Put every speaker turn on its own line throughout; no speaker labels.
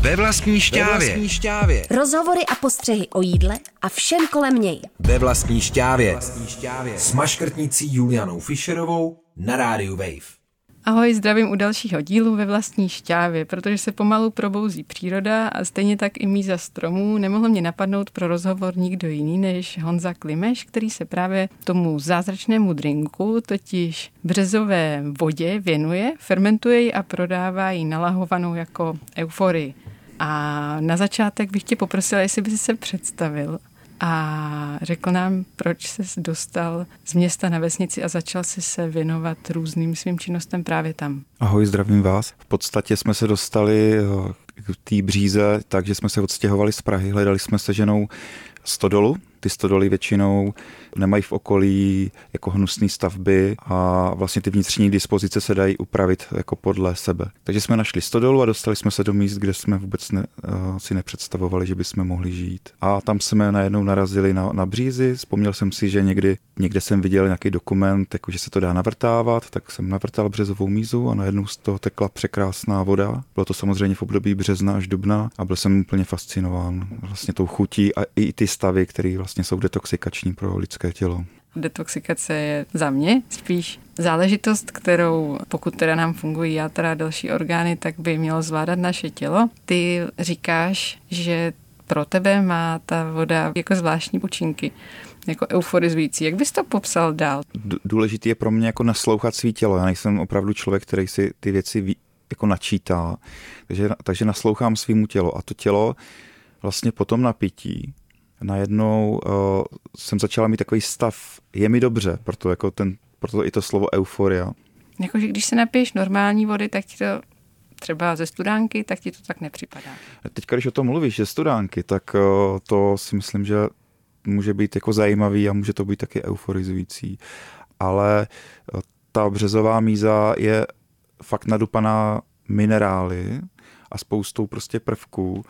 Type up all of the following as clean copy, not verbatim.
Ve vlastní šťávě.
Rozhovory a postřehy o jídle a všem kolem něj.
Ve vlastní šťávě. S maškrtnicí Julianou Fischerovou na rádiu Wave.
Ahoj, zdravím u dalšího dílu Ve vlastní šťávě, protože se pomalu probouzí příroda a stejně tak i míza stromů. Nemohlo mě napadnout pro rozhovor nikdo jiný než Honza Klimeš, který se právě tomu zázračnému drinku, totiž březové vodě, věnuje, fermentuje ji a prodává ji nalahovanou jako euforii. A na začátek bych tě poprosila, jestli bys se představil a řekl nám, proč ses dostal z města na vesnici a začal si se věnovat různým svým činnostem právě tam.
Ahoj, zdravím vás. V podstatě jsme se dostali k té Bříze, takže jsme se odstěhovali z Prahy, hledali jsme se ženou stodolu. Ty stodoly většinou nemají v okolí jako hnusné stavby a vlastně ty vnitřní dispozice se dají upravit jako podle sebe. Takže jsme našli stodolu a dostali jsme se do míst, kde jsme vůbec si nepředstavovali, že bychom mohli žít. A tam jsme najednou narazili na Břízi. Vzpomněl jsem si, že někde jsem viděl nějaký dokument, jako že se to dá navrtávat, tak jsem navrtal březovou mízu a najednou z toho tekla překrásná voda. Bylo to samozřejmě v období března až dubna a byl jsem úplně fascinován vlastně tou chutí a i ty stavy, které vlastně jsou detoxikační pro lidské tělo.
Detoxikace je za mě spíš záležitost, kterou, pokud teda nám fungují játra a další orgány, tak by mělo zvládat naše tělo. Ty říkáš, že pro tebe má ta voda jako zvláštní účinky, jako euforizující. Jak bys to popsal dál?
Důležitý je pro mě jako naslouchat svý tělo. Já nejsem opravdu člověk, který si ty věci jako načítá. Takže naslouchám svýmu tělu. A to tělo vlastně po tom napití najednou jsem začala mít takový stav, je mi dobře, proto i to slovo euforia.
Jakože když se napiješ normální vody, tak ti to třeba ze studánky, tak ti to tak nepřipadá.
Teď, když o tom mluvíš, ze studánky, tak to si myslím, že může být jako zajímavý a může to být taky euforizující. Ale ta březová míza je fakt nadupaná minerály a spoustou prostě prvků,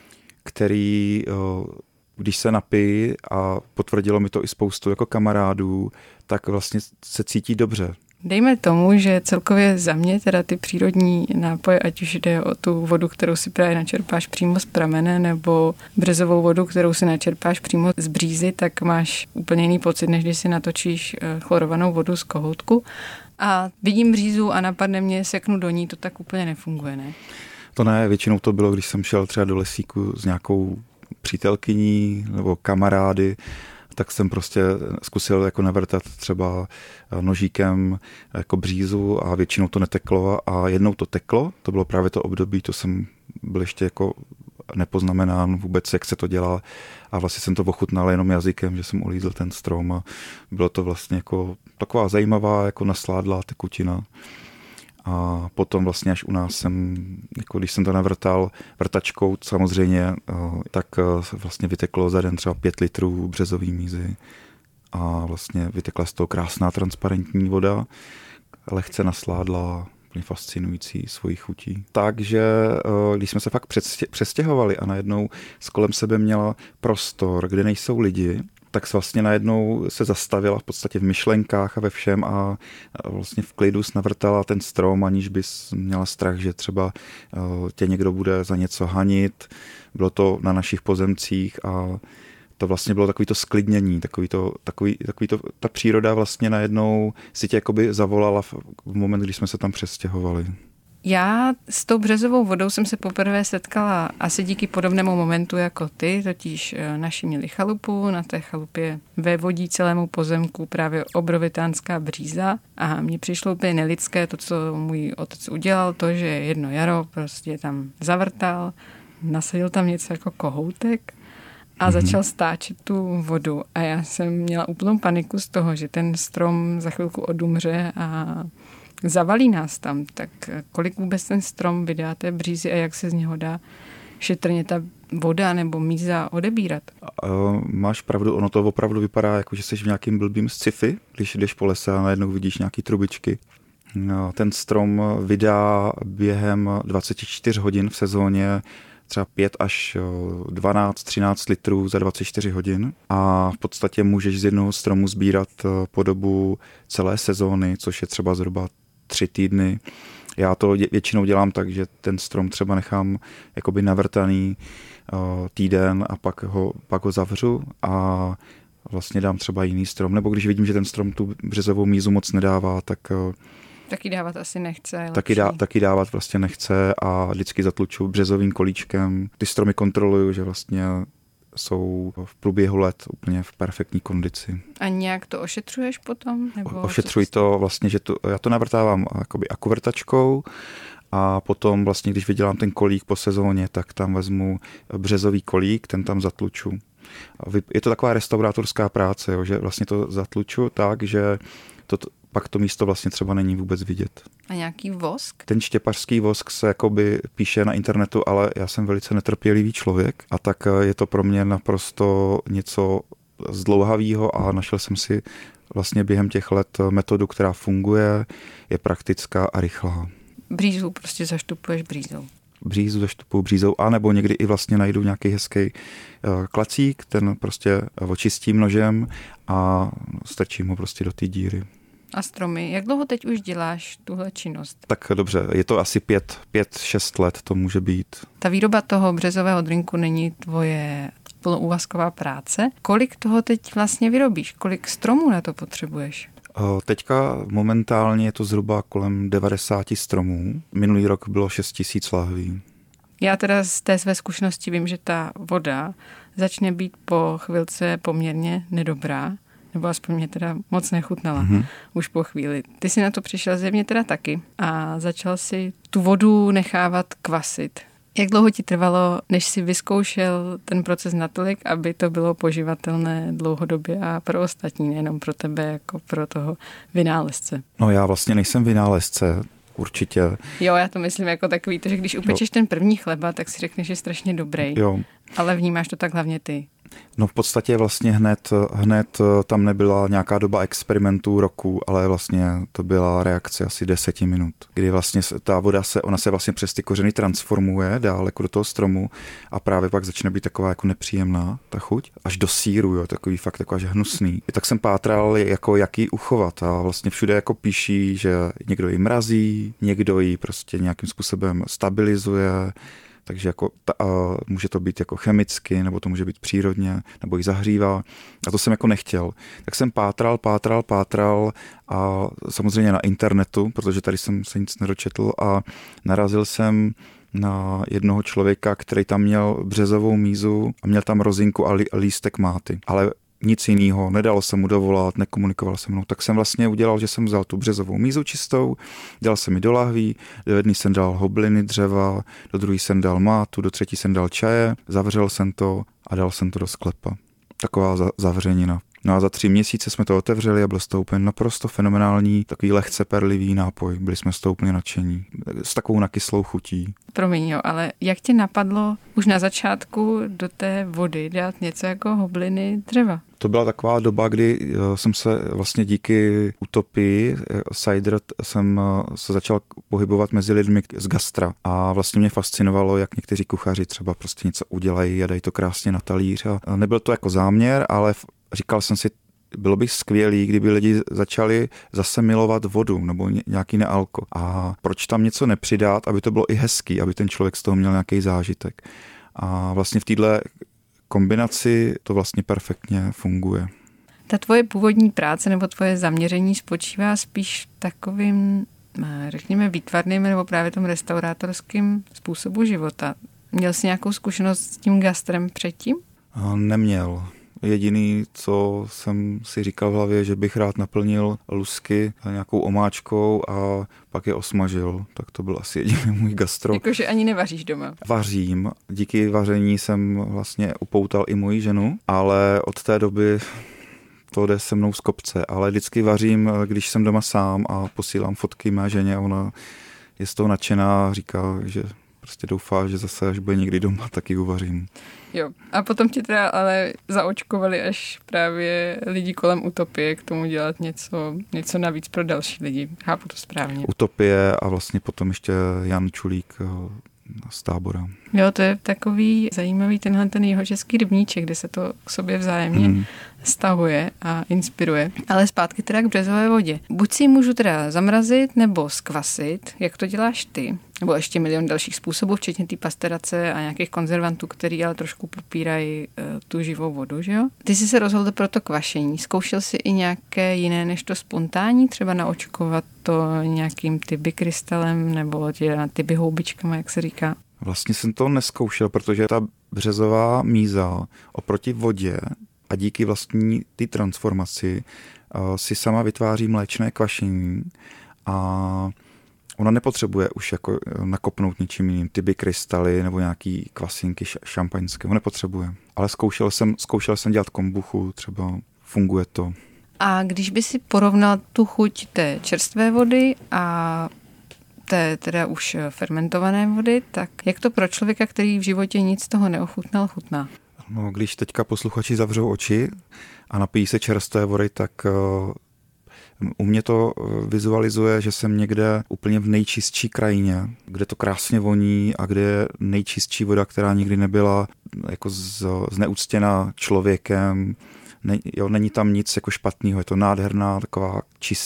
který když se napiji, a potvrdilo mi to i spoustu jako kamarádů, tak vlastně se cítí dobře.
Dejme tomu, že celkově za mě teda ty přírodní nápoje, ať už jde o tu vodu, kterou si právě načerpáš přímo z pramene, nebo březovou vodu, kterou si načerpáš přímo z břízy, tak máš úplně jiný pocit, než když si natočíš chlorovanou vodu z kohoutku. A vidím břízu a napadne mě, seknu do ní, to tak úplně nefunguje, ne?
To ne, většinou to bylo, když jsem šel třeba do lesíku s nějakou přítelkyní nebo kamarády, tak jsem prostě zkusil jako navrtat třeba nožíkem jako břízu a většinou to neteklo a jednou to teklo, to bylo právě to období, to jsem byl ještě jako nepoznamenán vůbec, jak se to dělá a vlastně jsem to ochutnal jenom jazykem, že jsem ulízl ten strom a bylo to vlastně jako taková zajímavá jako nasládlá tekutina. A potom vlastně až u nás jako když jsem to navrtal vrtačkou samozřejmě, tak vlastně vyteklo za den třeba 5 litrů březový mízy a vlastně vytekla z toho krásná transparentní voda, lehce nasládla, úplně fascinující svojí chutí. Takže když jsme se fakt přestěhovali a najednou s kolem sebe měla prostor, kde nejsou lidi, tak vlastně najednou se zastavila v podstatě v myšlenkách a ve všem a vlastně v klidu navrtala ten strom, aniž bys měla strach, že třeba tě někdo bude za něco hanit. Bylo to na našich pozemcích a to vlastně bylo takový to sklidnění, ta příroda vlastně najednou si tě jakoby zavolala v moment, kdy jsme se tam přestěhovali.
Já s tou březovou vodou jsem se poprvé setkala asi díky podobnému momentu jako ty, totiž naši měli chalupu, na té chalupě ve vodí celému pozemku právě obrovitánská bříza a mně přišlo úplně nelidské to, co můj otec udělal, to, že jedno jaro prostě tam zavrtal, nasadil tam něco jako kohoutek a začal stáčet tu vodu a já jsem měla úplnou paniku z toho, že ten strom za chvilku odumře a zavalí nás tam, tak kolik vůbec ten strom vydá té břízy a jak se z něho dá šetrně ta voda nebo míza odebírat?
Máš pravdu, ono to opravdu vypadá jako, že jsi v nějakým blbým sci-fi, když jdeš po lese a najednou vidíš nějaký trubičky. Ten strom vydá během 24 hodin v sezóně třeba 5 až 12, 13 litrů za 24 hodin a v podstatě můžeš z jednoho stromu sbírat po dobu celé sezóny, což je třeba zhruba 3 týdny. Já to většinou dělám tak, že ten strom třeba nechám jakoby navrtaný týden a pak ho zavřu a vlastně dám třeba jiný strom. Nebo když vidím, že ten strom tu březovou mízu moc nedává, tak
taky dávat asi nechce.
Taky dávat vlastně nechce a vždycky zatluču březovým kolíčkem. Ty stromy kontroluju, že vlastně jsou v průběhu let úplně v perfektní kondici.
A nějak to ošetřuješ potom? Nebo
ošetřuji to vlastně, že já to navrtávám jakoby akuvrtačkou a potom vlastně, když vydělám ten kolík po sezóně, tak tam vezmu březový kolík, ten tam zatluču. Je to taková restaurátorská práce, jo, že vlastně to zatluču tak, že pak to místo vlastně třeba není vůbec vidět.
A nějaký vosk?
Ten štěpařský vosk se jakoby píše na internetu, ale já jsem velice netrpělivý člověk a tak je to pro mě naprosto něco zdlouhavýho a našel jsem si vlastně během těch let metodu, která funguje, je praktická a rychlá.
Břízu prostě zaštupuješ břízou.
Břízu zaštupuju břízou, anebo někdy i vlastně najdu nějaký hezký klacík, ten prostě očistím nožem a strčím ho prostě do té díry.
A stromy, jak dlouho teď už děláš tuhle činnost?
Tak dobře, je to asi 5-6 let, to může být.
Ta výroba toho březového drinku není tvoje plnoúvazková práce. Kolik toho teď vlastně vyrobíš? Kolik stromů na to potřebuješ?
Teďka momentálně je to zhruba kolem 90 stromů. Minulý rok bylo 6 000 lahví.
Já teda z té své zkušenosti vím, že ta voda začne být po chvilce poměrně nedobrá, nebo aspoň mě teda moc nechutnala už po chvíli. Ty jsi na to přišel zjevně teda taky a začal si tu vodu nechávat kvasit. Jak dlouho ti trvalo, než jsi vyzkoušel ten proces natolik, aby to bylo poživatelné dlouhodobě a pro ostatní, nejenom pro tebe, jako pro toho vynálezce?
No já vlastně nejsem vynálezce, určitě.
Jo, já to myslím jako takový, že když upečeš ten první chleba, tak si řekneš, že je strašně dobrý.
Jo.
Ale vnímáš to tak hlavně ty.
No v podstatě vlastně hned tam nebyla nějaká doba experimentů roku, ale vlastně to byla reakce asi 10 minut, kdy vlastně ta voda ona se vlastně přes ty kořeny transformuje dál jako do toho stromu a právě pak začne být taková jako nepříjemná ta chuť, až do sýru, jo, takový fakt taková, že hnusný. I tak jsem pátral, jako jak ji uchovat a vlastně všude jako píší, že někdo ji mrazí, někdo ji prostě nějakým způsobem stabilizuje. Takže jako může to být jako chemicky, nebo to může být přírodně, nebo ji zahřívá. A to jsem jako nechtěl. Tak jsem pátral a samozřejmě na internetu, protože tady jsem se nic nedočetl a narazil jsem na jednoho člověka, který tam měl březovou mízu a měl tam rozinku a lístek máty. Ale nic jiného, nedalo se mu dovolat, nekomunikoval se mnou, tak jsem vlastně udělal, že jsem vzal tu březovou mízu čistou, dal jsem ji do lahví, do jedné jsem dal hobliny dřeva, do druhé jsem dal mátu, do třetí jsem dal čaje, zavřel jsem to a dal jsem to do sklepa. Taková zavřenina. No a za 3 měsíce jsme to otevřeli a byl z toho úplně naprosto fenomenální, takový lehce perlivý nápoj. Byli jsme z toho úplně nadšení. S takovou nakyslou chutí.
Promiň, jo, ale jak tě napadlo už na začátku do té vody dát něco jako hobliny dřeva?
To byla taková doba, kdy jsem se vlastně díky utopii cider jsem se začal pohybovat mezi lidmi z gastra a vlastně mě fascinovalo, jak někteří kuchaři třeba prostě něco udělají a dají to krásně na talíř. A nebyl to jako záměr, ale říkal jsem si, bylo by skvělý, kdyby lidi začali zase milovat vodu nebo nějaký nealko. A proč tam něco nepřidat, aby to bylo i hezký, aby ten člověk z toho měl nějaký zážitek. A vlastně v této kombinaci to vlastně perfektně funguje.
Ta tvoje původní práce nebo tvoje zaměření spočívá spíš v takovým, řekněme, výtvarným nebo právě tom restaurátorským způsobu života. Měl jsi nějakou zkušenost s tím gastrem předtím?
Neměl. Jediný, co jsem si říkal v hlavě, že bych rád naplnil lusky nějakou omáčkou a pak je osmažil. Tak to byl asi jediný můj gastro.
Jakože ani nevaříš doma?
Vařím. Díky vaření jsem vlastně upoutal i moji ženu, ale od té doby to jde se mnou z kopce. Ale vždycky vařím, když jsem doma sám a posílám fotky mé ženě a ona je z toho nadšená a říká, že prostě doufá, že zase, až bude někdy doma, tak ji uvařím.
Jo, a potom ti teda ale zaočkovali až právě lidi kolem Utopie k tomu dělat něco navíc pro další lidi. Chápu to správně.
Utopie a vlastně potom ještě Jan Čulík z Tábora.
Jo, to je takový zajímavý ten jihočeský rybníček, kde se to k sobě vzájemně stahuje a inspiruje. Ale zpátky teda k březové vodě. Buď si ji můžu teda zamrazit nebo zkvasit, jak to děláš ty, nebo ještě milion dalších způsobů, včetně té pasterace a nějakých konzervantů, který ale trošku popírají tu živou vodu, že jo? Ty jsi se rozhodl pro to kvašení. Zkoušel jsi i nějaké jiné než to spontánní, třeba naočkovat to nějakým tybikrystalem nebo tybihoubičkama, jak se říká?
Vlastně jsem to neskoušel, protože ta březová míza oproti vodě a díky vlastní té transformaci si sama vytváří mléčné kvašení a ona nepotřebuje už jako nakopnout ničím jiným, tybikrystaly nebo nějaký kvasinky šampaňské, nepotřebuje. Ale zkoušel jsem dělat kombuchu, třeba funguje to.
A když by si porovnal tu chuť té čerstvé vody a té teda už fermentované vody, tak jak to pro člověka, který v životě nic z toho neochutnal, chutná?
No, když teďka posluchači zavřou oči a napijí se čerstvé vody, tak u mě to vizualizuje, že jsem někde úplně v nejčistší krajině, kde to krásně voní a kde je nejčistší voda, která nikdy nebyla jako zneuctěna člověkem. Není tam nic jako špatného, je to nádherná, taková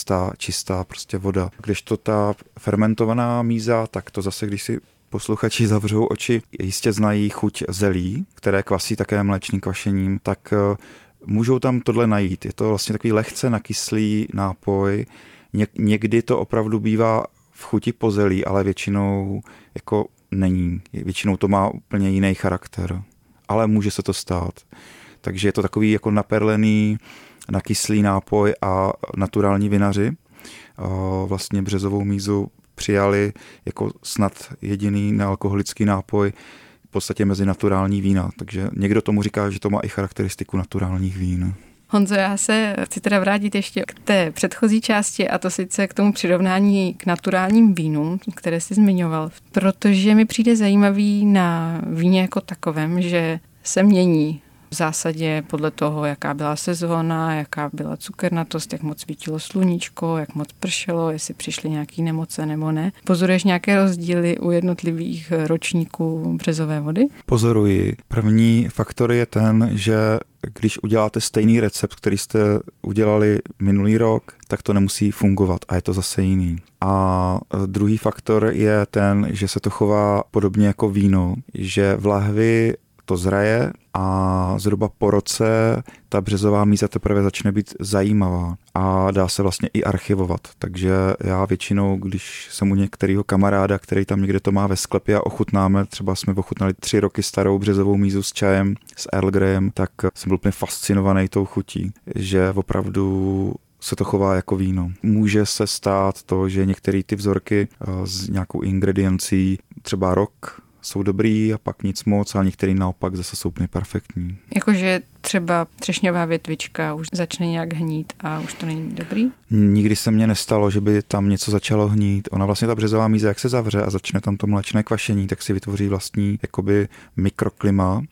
čistá prostě voda. Kdežto ta fermentovaná míza, tak to zase, když si posluchači zavřou oči, jistě znají chuť zelí, které kvasí také mléčným kvašením, tak můžou tam tohle najít. Je to vlastně takový lehce nakyslý nápoj. Někdy to opravdu bývá v chuti po zelí, ale většinou jako není. Většinou to má úplně jiný charakter. Ale může se to stát. Takže je to takový jako naperlený, nakyslý nápoj a naturální vinaři vlastně březovou mízu přijali jako snad jediný nealkoholický nápoj v podstatě mezi naturální vína. Takže někdo tomu říká, že to má i charakteristiku naturálních vín.
Honzo, já se chci teda vrátit ještě k té předchozí části, a to sice k tomu přirovnání k naturálním vínům, které jsi zmiňoval, protože mi přijde zajímavý na víně jako takovém, že se mění v zásadě podle toho, jaká byla sezóna, jaká byla cukernatost, jak moc svítilo sluníčko, jak moc pršelo, jestli přišly nějaké nemoce nebo ne. Pozoruješ nějaké rozdíly u jednotlivých ročníků březové vody?
Pozoruji. První faktor je ten, že když uděláte stejný recept, který jste udělali minulý rok, tak to nemusí fungovat a je to zase jiný. A druhý faktor je ten, že se to chová podobně jako víno, že v lahvi to zraje a zhruba po roce ta březová míza teprve začne být zajímavá a dá se vlastně i archivovat. Takže já většinou, když jsem u některého kamaráda, který tam někde to má ve sklepě a ochutnáme, třeba jsme ochutnali 3 roky starou březovou mízu s čajem, s Earl Greyem, tak jsem byl úplně fascinovaný tou chutí, že opravdu se to chová jako víno. Může se stát to, že některé ty vzorky s nějakou ingrediencí třeba rok jsou dobrý a pak nic moc, a některý naopak zase jsou úplně perfektní.
Jakože třeba třešňová větvička už začne nějak hnít a už to není dobrý?
Nikdy se mně nestalo, že by tam něco začalo hnít. Ona vlastně ta březová míza, jak se zavře a začne tam to mléčné kvašení, tak si vytvoří vlastní jakoby mikroklima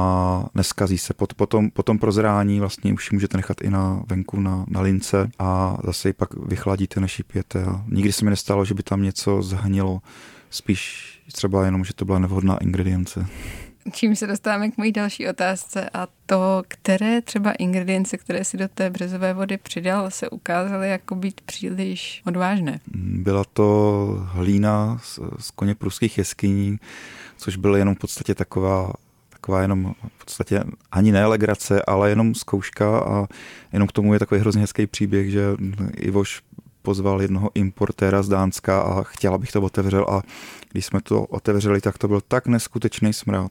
a neskazí se. Po tom prozrání vlastně už můžete nechat i venku na lince a zase ji pak vychladíte, než ji pijete. A nikdy se mi nestalo, že by tam něco zhnilo. Spíš třeba jenom, že to byla nevhodná ingredience.
Čím se dostáváme k mojí další otázce, a to, které třeba ingredience, které si do té březové vody přidal, se ukázaly jako být příliš odvážné.
Byla to hlína z koně pruských jeskyní, což bylo jenom v podstatě taková jenom v podstatě ani ne legrace, ale jenom zkouška, a jenom k tomu je takový hrozně hezký příběh, že Ivoš pozval jednoho importéra z Dánska a chtěl, abych to otevřel, a když jsme to otevřeli, tak to byl tak neskutečný smrad,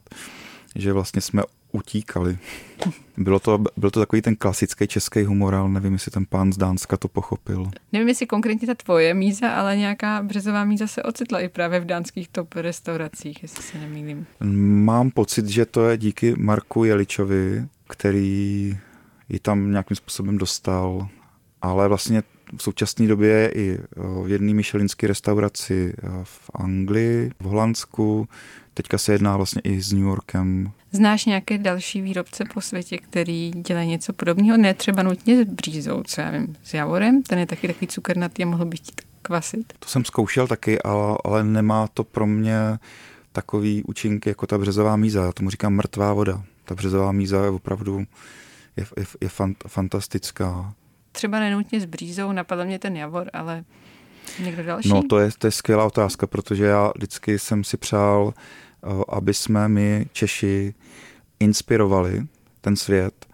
že vlastně jsme utíkali. Byl to takový ten klasický český humor, ale nevím, jestli ten pán z Dánska to pochopil.
Nevím, jestli konkrétně ta tvoje míza, ale nějaká březová míza se ocitla i právě v dánských top restauracích, jestli se nemýlím.
Mám pocit, že to je díky Marku Jeličovi, který ji tam nějakým způsobem dostal, ale vlastně v současné době je i v jedné michelinské restauraci v Anglii, v Holandsku. Teďka se jedná vlastně i s New Yorkem.
Znáš nějaké další výrobce po světě, který dělají něco podobného? Ne třeba nutně s břízou, co já vím, s javorem? Ten je taky takový cukernatý a mohl bych chtít kvasit.
To jsem zkoušel taky, ale nemá to pro mě takový účinky jako ta březová míza. Já tomu říkám mrtvá voda. Ta březová míza je opravdu fantastická.
Třeba nenutně s břízou, napadl mě ten javor, ale někdo další?
No to je skvělá otázka, protože já vždycky jsem si přál, aby jsme my Češi inspirovali ten svět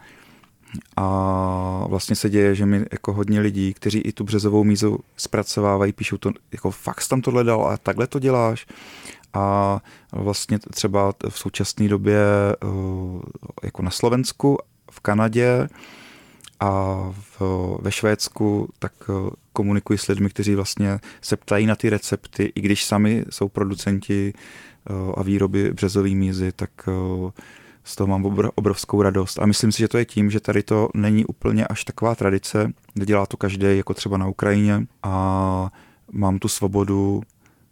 a vlastně se děje, že mi jako hodně lidí, kteří i tu březovou mízu zpracovávají, píšou to, jako fakt jsi tam tohle dal a takhle to děláš. A vlastně třeba v současné době jako na Slovensku, v Kanadě a ve Švédsku tak komunikuji s lidmi, kteří vlastně se ptají na ty recepty, i když sami jsou producenti a výroby březové mízy, tak z toho mám obrovskou radost. A myslím si, že to je tím, že tady to není úplně až taková tradice, dělá to každý, jako třeba na Ukrajině, a mám tu svobodu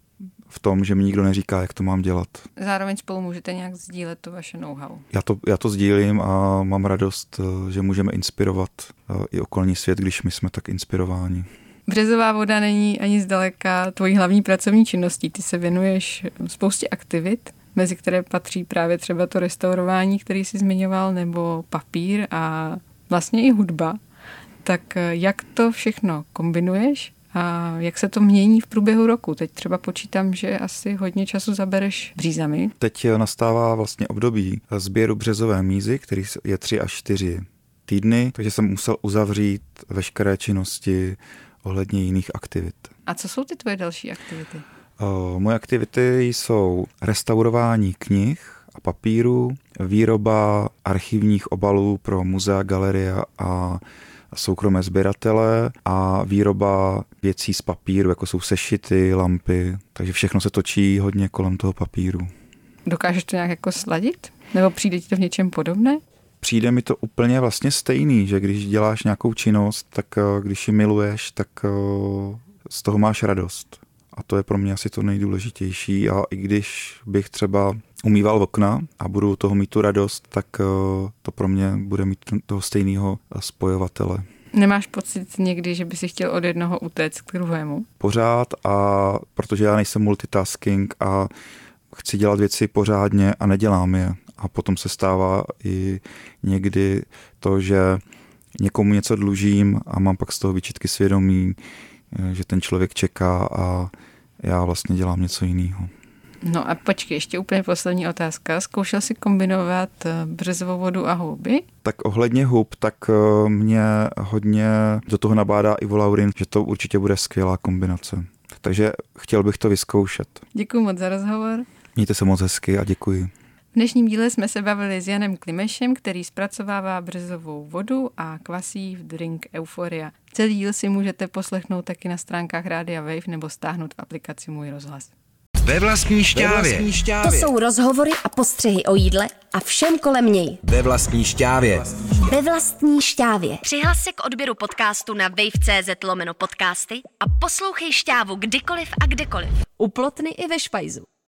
v tom, že mi nikdo neříká, jak to mám dělat.
Zároveň spolu můžete nějak sdílet to vaše know-how.
Já to sdílím a mám radost, že můžeme inspirovat i okolní svět, když my jsme tak inspirováni.
Březová voda není ani zdaleka tvojí hlavní pracovní činností. Ty se věnuješ spoustě aktivit, mezi které patří právě třeba to restaurování, který jsi zmiňoval, nebo papír a vlastně i hudba. Tak jak to všechno kombinuješ a jak se to mění v průběhu roku? Teď třeba počítám, že asi hodně času zabereš břízami.
Teď nastává vlastně období sběru březové mízy, který je 3 až 4 týdny, takže jsem musel uzavřít veškeré činnosti ohledně jiných aktivit.
A co jsou ty tvoje další aktivity?
Moje aktivity jsou restaurování knih a papíru, výroba archivních obalů pro muzea, galerie a soukromé sběratele a výroba věcí z papíru, jako jsou sešity, lampy, takže všechno se točí hodně kolem toho papíru.
Dokážeš to nějak jako sladit? Nebo přijde ti to v něčem podobné?
Přijde mi to úplně vlastně stejný, že když děláš nějakou činnost, tak když ji miluješ, tak z toho máš radost. A to je pro mě asi to nejdůležitější. A i když bych třeba umýval okna a budu toho mít tu radost, tak to pro mě bude mít toho stejného spojovatele.
Nemáš pocit někdy, že by si chtěl od jednoho utéct k druhému?
Pořád, a protože já nejsem multitasking a chci dělat věci pořádně a nedělám je. A potom se stává i někdy to, že někomu něco dlužím a mám pak z toho výčitky svědomí, že ten člověk čeká a já vlastně dělám něco jiného.
No a počkej, ještě úplně poslední otázka. Zkoušel jsi kombinovat březovou vodu a houby?
Tak ohledně hub, tak mě hodně do toho nabádá Ivo Laurin, že to určitě bude skvělá kombinace. Takže chtěl bych to vyzkoušet.
Děkuji moc za rozhovor.
Mějte se moc hezky a děkuji.
V dnešním díle jsme se bavili s Janem Klimešem, který zpracovává březovou vodu a kvasí v drink Euphoria. Celý díl si můžete poslechnout taky na stránkách Rádia Wave nebo stáhnout v aplikaci Můj rozhlas.
Ve vlastní šťávě.
To jsou rozhovory a postřehy o jídle a všem kolem něj.
Ve vlastní šťávě.
Ve vlastní šťávě. Přihlas se k odběru podcastu na wave.cz/podcasty a poslouchej Šťávu kdykoliv a kdekoliv. U Plotny i ve Špajzu.